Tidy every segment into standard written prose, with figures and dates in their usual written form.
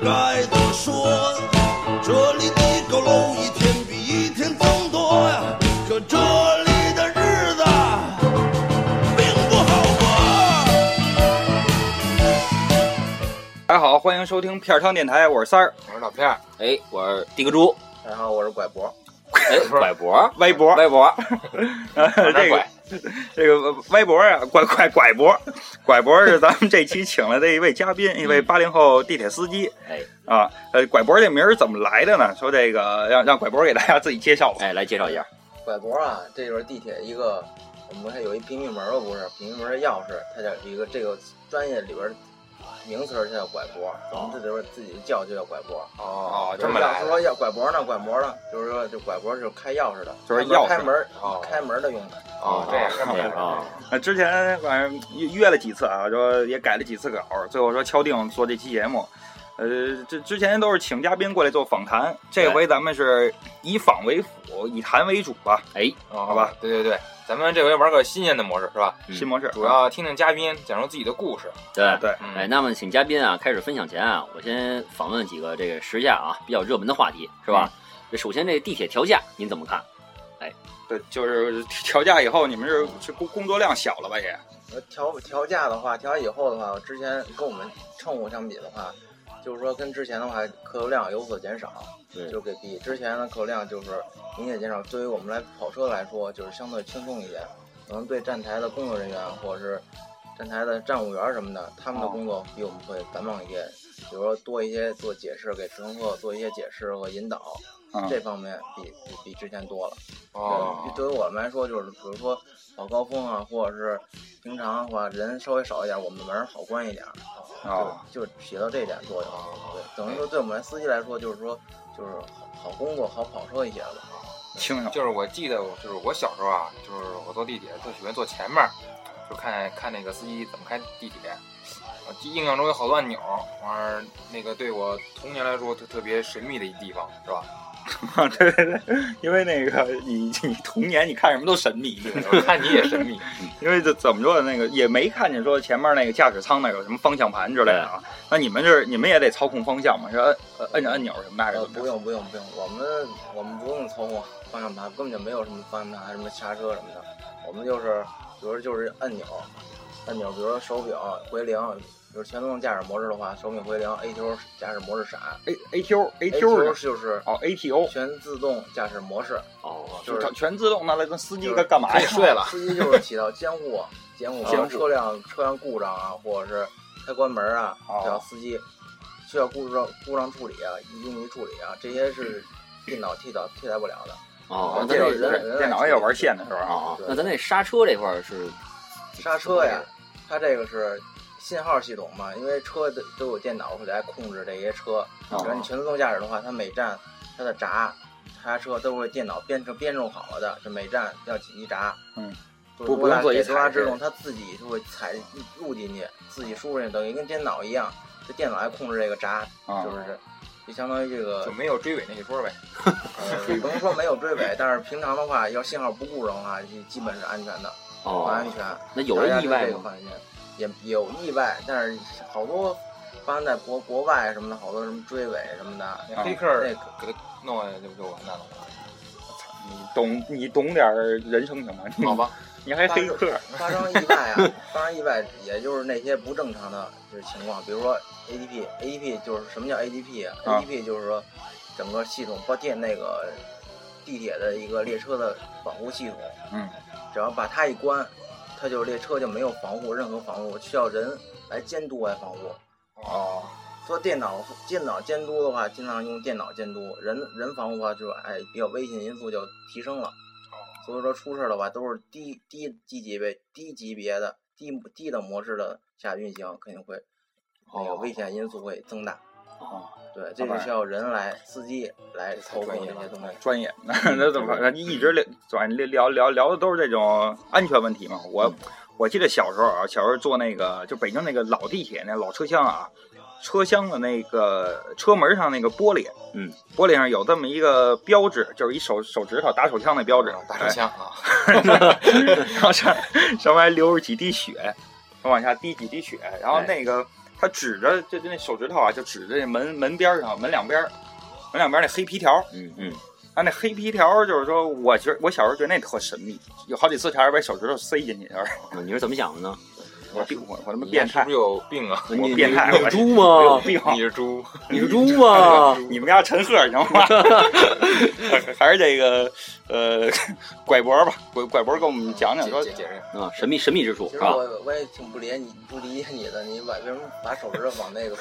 该怎么说？这里的高楼一天比一天增多呀，可这里的日子并不好过。 大家好，欢迎收听片儿汤电台，我是三儿， 我是老片儿， 我是地个猪， 大家好，我是拐脖， 拐脖， 歪脖，这个歪脖啊，拐脖是咱们这期请来的一位嘉宾，一位80后地铁司机。拐脖这名儿怎么来的呢？说这个让拐脖给大家自己介绍吧。 来介绍一下。 拐脖啊，这就是地铁一个，我们还有一平密门吧，不是平密门的钥匙，它叫一个这个专业里边名词，它叫拐脖，我们自己叫就叫拐脖。 这么来的。 说要拐脖呢，就是说这拐脖是开钥匙的， 就是钥匙开门的用的。 这样啊。之前反正约了几次啊，说也改了几次稿，最后说敲定做这期节目。这之前都是请嘉宾过来做访谈，这回咱们是以访为辅，以谈为主吧。好吧， 对，咱们这回玩个新鲜的模式是吧？ 新模式， 主要听听嘉宾讲述自己的故事。 对。那么请嘉宾啊，开始分享前啊，我先访问几个这个时下啊比较热门的话题，是吧？首先这地铁调价您怎么看？ 对，就是调价以后，你们是工作量小了吧也？ 调价的话，调以后的话，之前跟我们乘务相比的话，就是说跟之前的话客流量有所减少，就比之前的客流量就是明显减少。对于我们来跑车来说，就是相对轻松一点，可能对站台的工作人员或者是站台的站务员什么的，他们的工作比我们会繁忙一些，比如说多一些做解释，给乘客做一些解释和引导。这方面比之前多了。对于我们来说，就是比如说跑高峰啊，或者是平常的话人稍微少一点，我们门好关一点，就起到这点作用。对，等于说对我们司机来说，就是说就是好工作、好跑车一些了。 轻松。 就是我记得，就是我小时候啊，就是我坐地铁特喜欢坐前面，就看那个司机怎么开地铁。印象中有好多按钮，完那个对我童年来说特别神秘的一地方，是吧？ 对，因为那个你童年你看什么都神秘， 我看你也神秘， 因为这怎么说那个也没看见说前面那个驾驶舱那有什么方向盘之类的啊。那你们也得操控方向吗？是摁着按钮什么的？ 不用，我们不用操控方向盘，根本就没有什么方向盘，什么刹车什么的。我们就是比如就是按钮，比如说手表回零。就是全自动驾驶模式的话，手柄回零 ，ATO 驾驶模式闪。ATO 就是 ATO 全自动驾驶模式。 就是全自动，那跟司机干嘛呀？ 可以睡了。 司机就是起到监护车辆故障啊，或者是开关门啊，需要司机需要故障处理啊，应急处理啊，这些是电脑替代不了的。 电脑也有玩线的是吧？ 那咱那刹车这块是刹车呀，它这个是信号系统嘛，因为车都有电脑来控制这些车。比如你全自动驾驶的话，它每站它的闸车都会电脑编程好了的，这每站要几级闸。 不用做一踩制动，它自己就会录进去，自己输入进去，等于跟电脑一样，这电脑来控制这个闸，就相当于这个就没有追尾那一说呗。 不能说没有追尾，但是平常的话，要信号不故障的话，基本是安全的，很安全。 那有意外吗？ 也有意外，但是好多发生在国外什么的，好多什么追尾什么的， 黑客给他弄下来就完蛋了。 你懂点人生行吗？ 好吧， 你还黑客。 发生意外也就是那些不正常的就是情况，比如说 ADP 就是什么叫 ADP 啊？ADP 就是说整个系统包括那个地铁的一个列车的保护系统，只要把它一关。它就是列车就没有任何防护，需要人来监督来防护。做电脑监督的话，经常用电脑监督，人防护的话就比较危险因素就提升了。所以说出事的话都是低级别的低的模式的下运行，肯定会那个危险因素会增大。对，这就需要人来司机来操控这些东西。 专业，那怎么一直聊的都是这种安全问题嘛？我记得小时候坐那个就北京那个老地铁那老车厢啊，车厢的那个车门上那个玻璃，玻璃上有这么一个标志，就是一手指头打手枪的标志， 打手枪啊， 然后上面还流着几滴血，往下滴几滴血，然后那个他指着就那手指头啊，就指着门边上门两边那黑皮条。啊，那黑皮条就是说，我小时候觉得那特神秘，有好几次差点把手指头塞进去。 你是怎么想的呢？ 我他妈变态， 是不是有病啊？ 我变态， 你是猪吗？ 有病， 你是猪， 你是猪吗？ 你们家陈赫行吗？还是这个拐脖吧，拐脖给我们讲讲说解释啊，神秘之处其实我也挺不理解你的，你为什么把手指头往那个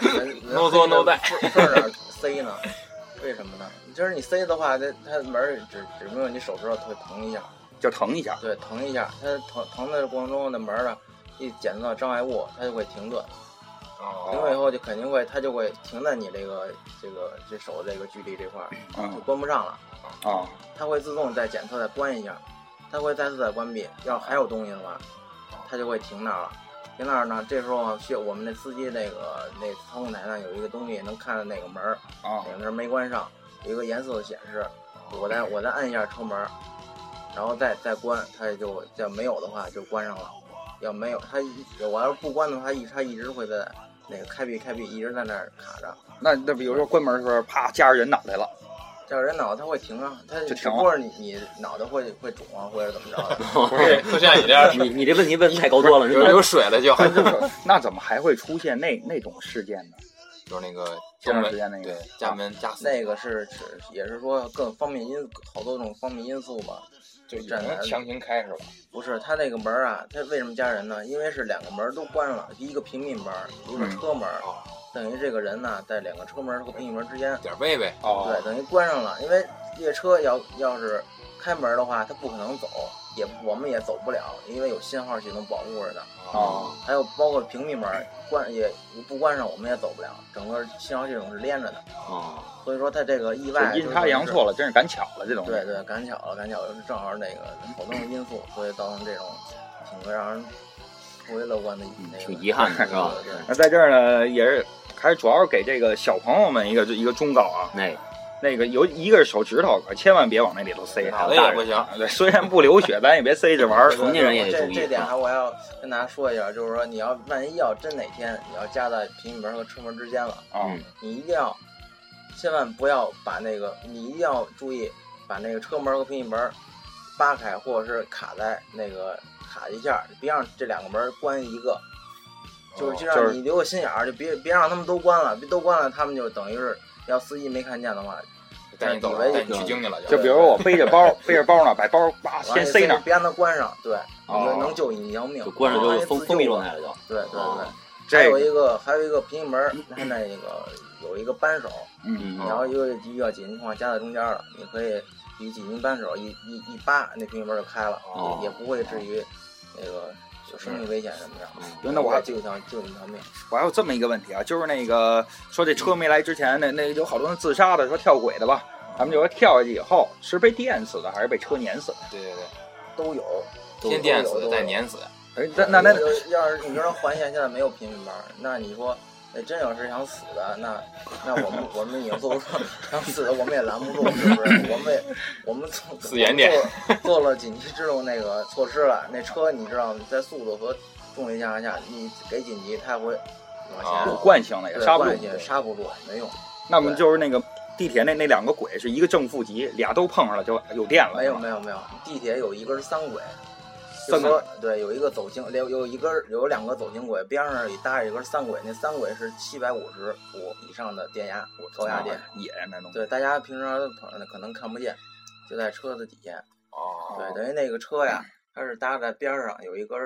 no 做 no 带缝那儿塞呢？为什么呢？就是你塞的话，它门只没有你手指头会疼一下， 就疼一下， 对，疼一下。它疼的过程中，那门呢一检测到障碍物，它就会停顿。停顿以后就肯定会，它就会停在你这手这个距离这块儿，就关不上了。它会自动再检测再关一下，它会再次再关闭。要还有东西的话，它就会停那儿了。停那儿呢，这时候需要我们那司机那操控台上有一个东西能看到哪个门哪个门没关上，有一个颜色的显示。我再按一下车门，然后再关，它就要没有的话就关上了。要没有我要是不关的话，它一直会在那个开闭一直在那儿卡着。 那比如说关门的时候，啪夹着人脑袋了， 夹着人脑袋它会停啊，它就停了。 或者你脑袋会肿啊，或者怎么着的。 不是，就像你这样， 你这问题问太高端了， 有水了就。 那怎么还会出现那种事件呢？ 就是那个前段时间那个对加门加死， 那个也是说更方便好多种方便因素吧。就站在强行开是吧？ 不是，它那个门啊，它为什么加人呢？因为是两个门都关了，一个平民门，一个车门，等于这个人呢在两个车门和平民门之间点位呗。 对，等于关上了。因为列车要是开门的话，它不可能走，我们也走不了，因为有信号系统保护着的。还有包括平民门也不关上，我们也走不了，整个信号系统是连着的。所以说它这个意外阴差阳错了，真是赶巧了这种。 对，赶巧了，正好那个好多种因素，所以造成这种挺会让人不为乐观的挺遗憾的是吧？ 那在这儿呢，也是还是主要是给这个小朋友们一个忠告啊。那个有一个是手指头，千万别往那里头塞。 脑袋也不行。 对，虽然不流血，咱也别塞着玩。 成年人也得注意。 这点我要跟大家说一下，就是说你要万一要真哪天你要夹在平民门和车门之间了你一定要千万不要把你一定要注意把那个车门和平民门扒开，或者是卡一下，别让这两个门关一个。就让你留个心眼儿，就别让他们都关了，他们就等于是要司机没看见的话， 带你走了，带你取经去了。 就比如我背着包呢，把包先塞那儿， 别让它关上，对，你就能救你一条命。 就关上就封闭状态了就。 对。还有一个平行门，它那个有一个扳手，你要遇到紧急情况夹在中间了，你可以以紧急扳手一扒，那平行门就开了，也不会至于那个。有生命危险什么的， 那我还救一条命。 我还有这么一个问题啊，就是那个说这车没来之前，那有好多人自杀的，说跳轨的吧，他们就说跳下去以后是被电死的还是被车碾死的？ 对， 都有， 先电死再碾死。 那要是你说环线现在没有平民门，那你说那真要是想死的，那我们已经做不到想死的，我们也拦不住，是不是？我们做了紧急制动那个措施了。那车你知道，在速度和重力下，你给紧急，它会往前。 有惯性的也刹不住， 没用。 那么就是那个地铁那两个轨是一个正负极，俩都碰上了就有电了。 没有，地铁有一根是3轨。对，有一个走行，有两个走行轨，边上里搭着一根3轨，那3轨是750伏以上的电压，高压电， 野那种。 对，大家平常可能看不见，就在车子底下。对，等于那个车呀，它是搭在边上，有一个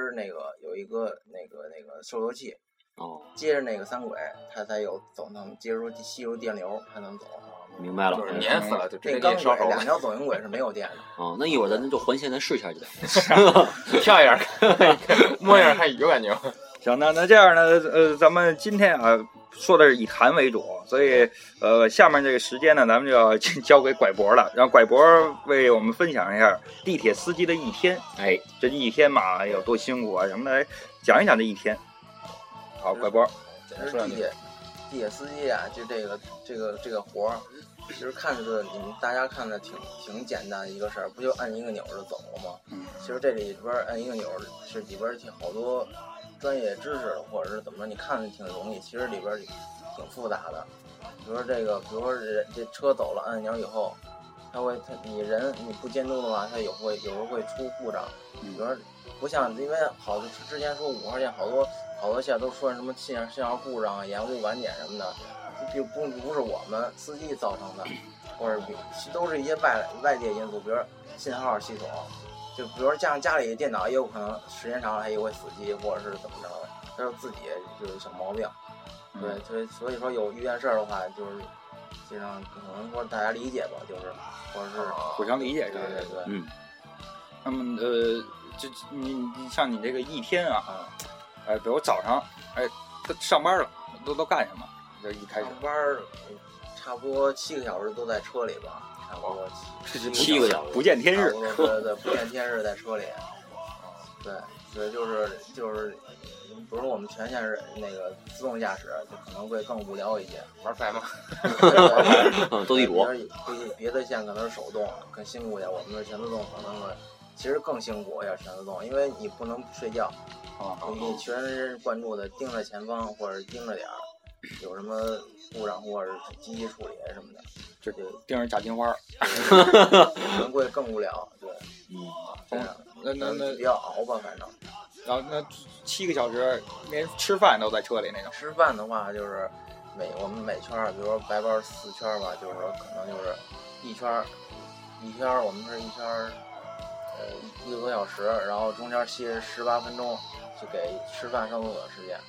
受热器。接着那个3轨，它才有能吸入电流，才能走。 明白了， 就是碾死了就直接钢烧手。 2条走行轨是没有电的。 那一会儿咱就环线咱试一下去呗， 跳一下，摸一下看有感觉。 行，那这样呢，咱们今天啊说的是以谈为主，所以下面这个时间呢，咱们就要交给拐脖了，让拐脖为我们分享一下地铁司机的一天。这一天嘛有多辛苦啊什么的，讲一讲这一天。好，拐脖。 地铁司机啊，就这个活儿，其实看着你们大家看着挺简单的一个事儿，不就按一个钮就走了吗？其实这里边按一个钮是里边好多专业知识或者是怎么着，你看着挺容易，其实里边挺复杂的。比如说比如说这车走了，按钮以后，你不监督的话，它有时候会出故障。比如说不像，因为好的之前说5号线好多线都说什么信号故障、延误晚点什么的，不是我们司机造成的，或者都是一些外界因素，比如信号系统，就比如说家里电脑也有可能时间长了它也会死机，或者是怎么着的，它就自己就有小毛病。对，所以说有遇见事儿的话，就是经常可能说大家理解吧，就是或者是互相理解。 对。 那么就你像你这个一天啊，比如早上，上班了，都干什么？就一开始上班差不多7个小时都在车里吧，差不多 7个小时不见天日。 对，不见天日在车里。对，就是，比如说我们全线是那个自动驾驶，就可能会更无聊一些。 玩牌吗？ 斗地主。 别的线可能是手动，更辛苦一点。我们的全自动可能其实更辛苦一点，全自动，因为你不能睡觉，你全神贯注的盯着前方或者盯着点儿，有什么故障或者是积极处理什么的， 就盯着炸金花， 可能会更无聊。对，这样。那比较熬吧，反正。 然后那7个小时连吃饭都在车里那种。 吃饭的话就是我们每圈，比如说白班4圈吧，就是说可能就是一圈我们是一圈1个多小时，然后中间歇18分钟，就给吃饭上厕所时间。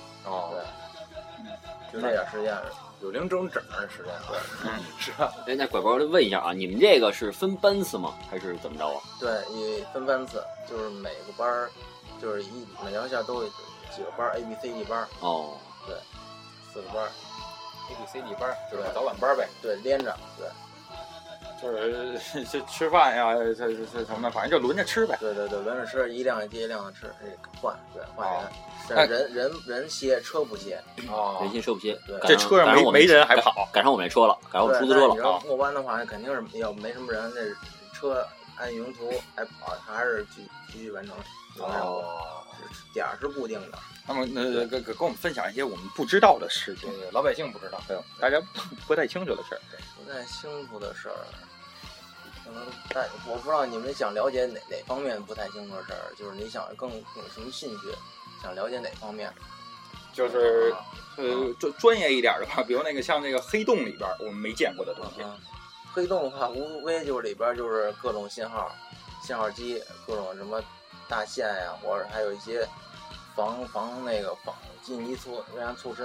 对，就这点时间。 有零整的时间，是吧？ 那拐包问一下啊，你们这个是分班次吗？还是怎么着啊？ 对，也分班次，就是每个班就是每条线都有几个班 ，A、B、C、D 班。对，4个班 ，A、B、C、D 班就是早晚班呗。 对，连着，对。 就是吃饭呀，这什么的，反正就轮着吃呗。 对，轮着吃，一辆接一辆的吃，换人。人歇，车不歇。 人歇车不歇。 对， 这车上没人还跑， 赶上我们这车了，赶上我们出租车了。 你要末班的话，肯定是要没什么人，这车按运行图还跑，还是继续完成。点儿是固定的。 那么跟我们分享一些我们不知道的事情， 老百姓不知道， 大家不太清楚的事儿。 不太清楚的事儿，可能我不知道你们想了解哪方面不太清楚的事儿，就是你想更有什么兴趣，想了解哪方面？ 就是专业一点的吧，比如像那个黑洞里边我们没见过的东西。 黑洞的话，无非就是里边就是各种信号机，各种什么大线呀，或者还有一些防紧急措施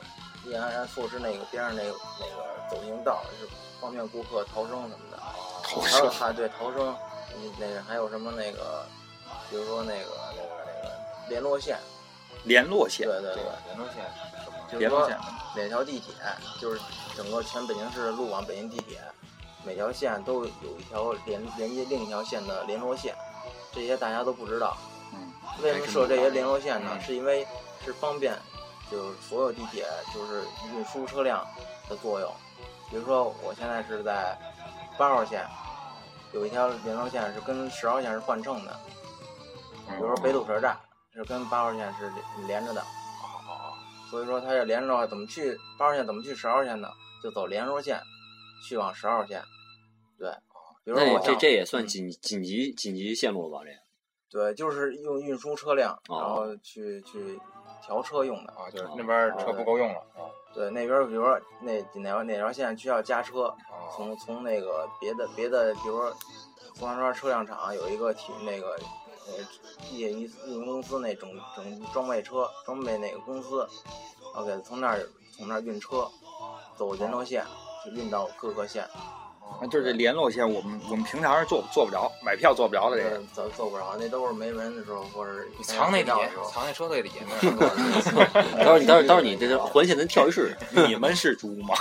边上那个走行道，是方便顾客逃生什么的。逃生，还有什么比如说联络线。 联络线。 对。 联络线。 就是说每条地铁，就是整个全北京市的路网北京地铁，每条线都有一条连接另一条线的联络线，这些大家都不知道。为什么设这些联络线呢？是因为是方便，就是所有地铁就是运输车辆的作用。比如说我现在是在8号线，有一条联络线是跟10号线是换乘的。比如说北堵车站是跟8号线是连着的。所以说它要连着的话，怎么去8号线，怎么去10号线呢？就走联络线去往10号线。对，比如说这也算紧急线路了吧？这个。 对，就是用运输车辆，然后去调车用的。 就是那边车不够用了。 对，那边比如说哪条线需要加车，从那个别的，比如说四川车辆厂有一个地铁运营公司那整装备那个公司，然后给从那儿运车，走联络线，去运到各个线。 就是这联络线，我们平常是做不着，买票做不着的这个， 做不着，那都是没人的时候，或者藏那底下，藏那车队底下那。 到时候你这环线咱跳一试， 你们是猪吗？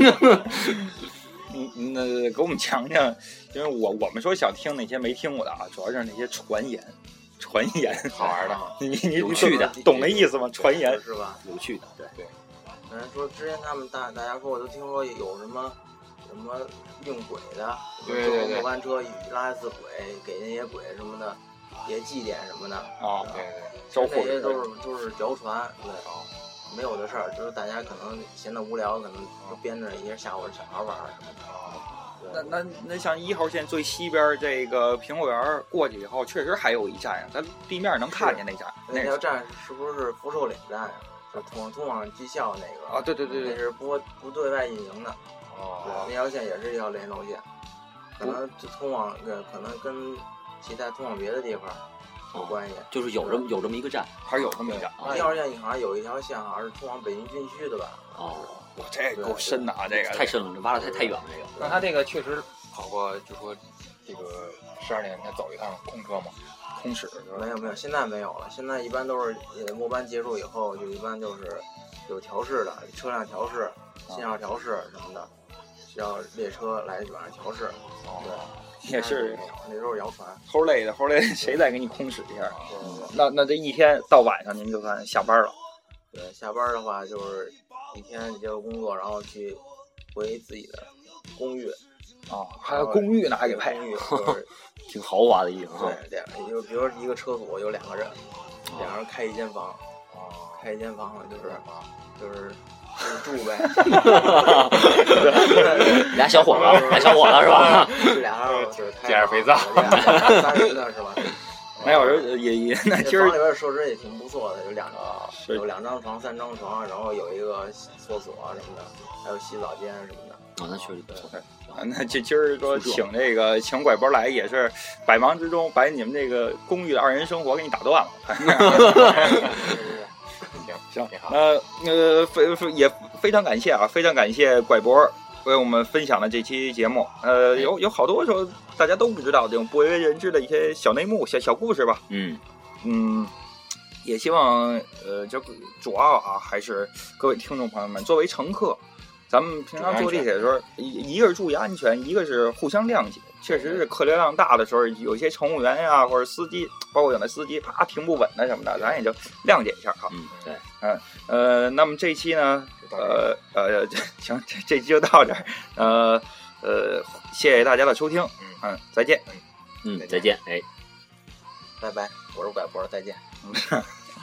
那给我们讲讲，因为我们说想听那些没听过的啊，主要是那些传言， 好玩的， 你有趣的， 懂那意思吗？传言是吧？ 有趣的， 对。反正说之前他们大家说，我都听说有什么运轨的， 对， 末班车拉一次轨，给那些轨什么的也祭奠什么的。 啊， 对对， 招呼这些都是谣传，对，没有的事儿，就是大家可能闲得无聊，可能就编着一些吓唬小孩玩什么的。 那像1号线最西边这个苹果园过去以后，确实还有一站呀，咱地面能看见那站。 那条站是不是福寿岭站呀？就通往技校那个啊，对， 那是不对外运营的。 哦， 对，那条线也是一条连轴线，可能就通往可能跟其他通往别的地方有关系。 就是有这么一个站， 还是有这么一站。 1号线好像有一条线好像是通往北京军区的吧？ 哦， 哇，这够深的啊！这个太深了，这挖的太远了，这个。 那他这个确实跑过，就说这个12年他走一趟空车嘛， 空驶没有，现在没有了。现在一般都是末班结束以后，就一般就是有调试的车辆调试、信号调试什么的，需要列车来晚上调试。对， 也是那都是谣传。 齁累的，谁再给你空驶一下？那这一天到晚上您就算下班了。 对，下班的话就是一天接个工作，然后去回自己的公寓。 哦，还有公寓呢，还给配。 公寓就是挺豪华的意思。 对，就比如说一个车组有2个人，2人开一间房，开一间房就是住呗。 俩小伙子是吧？ 俩人就是捡点肥皂 ，3人的是吧？ 没有人也那今儿房里边设施也挺不错的，有2张床、3张床，然后有一个厕所什么的，还有洗澡间什么的。 那确实不错。 那今儿说请拐包来，也是百忙之中把你们这个公寓的2人生活给你打断了。行，也非常感谢啊，非常感谢拐博为我们分享的这期节目。有好多时候大家都不知道这种不为人知的一些小内幕、小故事吧。也希望就主要啊，还是各位听众朋友们，作为乘客，咱们平常坐地铁的时候，一个是注意安全，一个是互相谅解。确实是客流量大的时候，有些乘务员呀，或者司机，包括有的司机啪停不稳的什么的，咱也就谅解一下哈。 对。 那么这期呢，行，这期就到这儿。谢谢大家的收听，再见。 再见，哎， 拜拜，我是拐博，再见。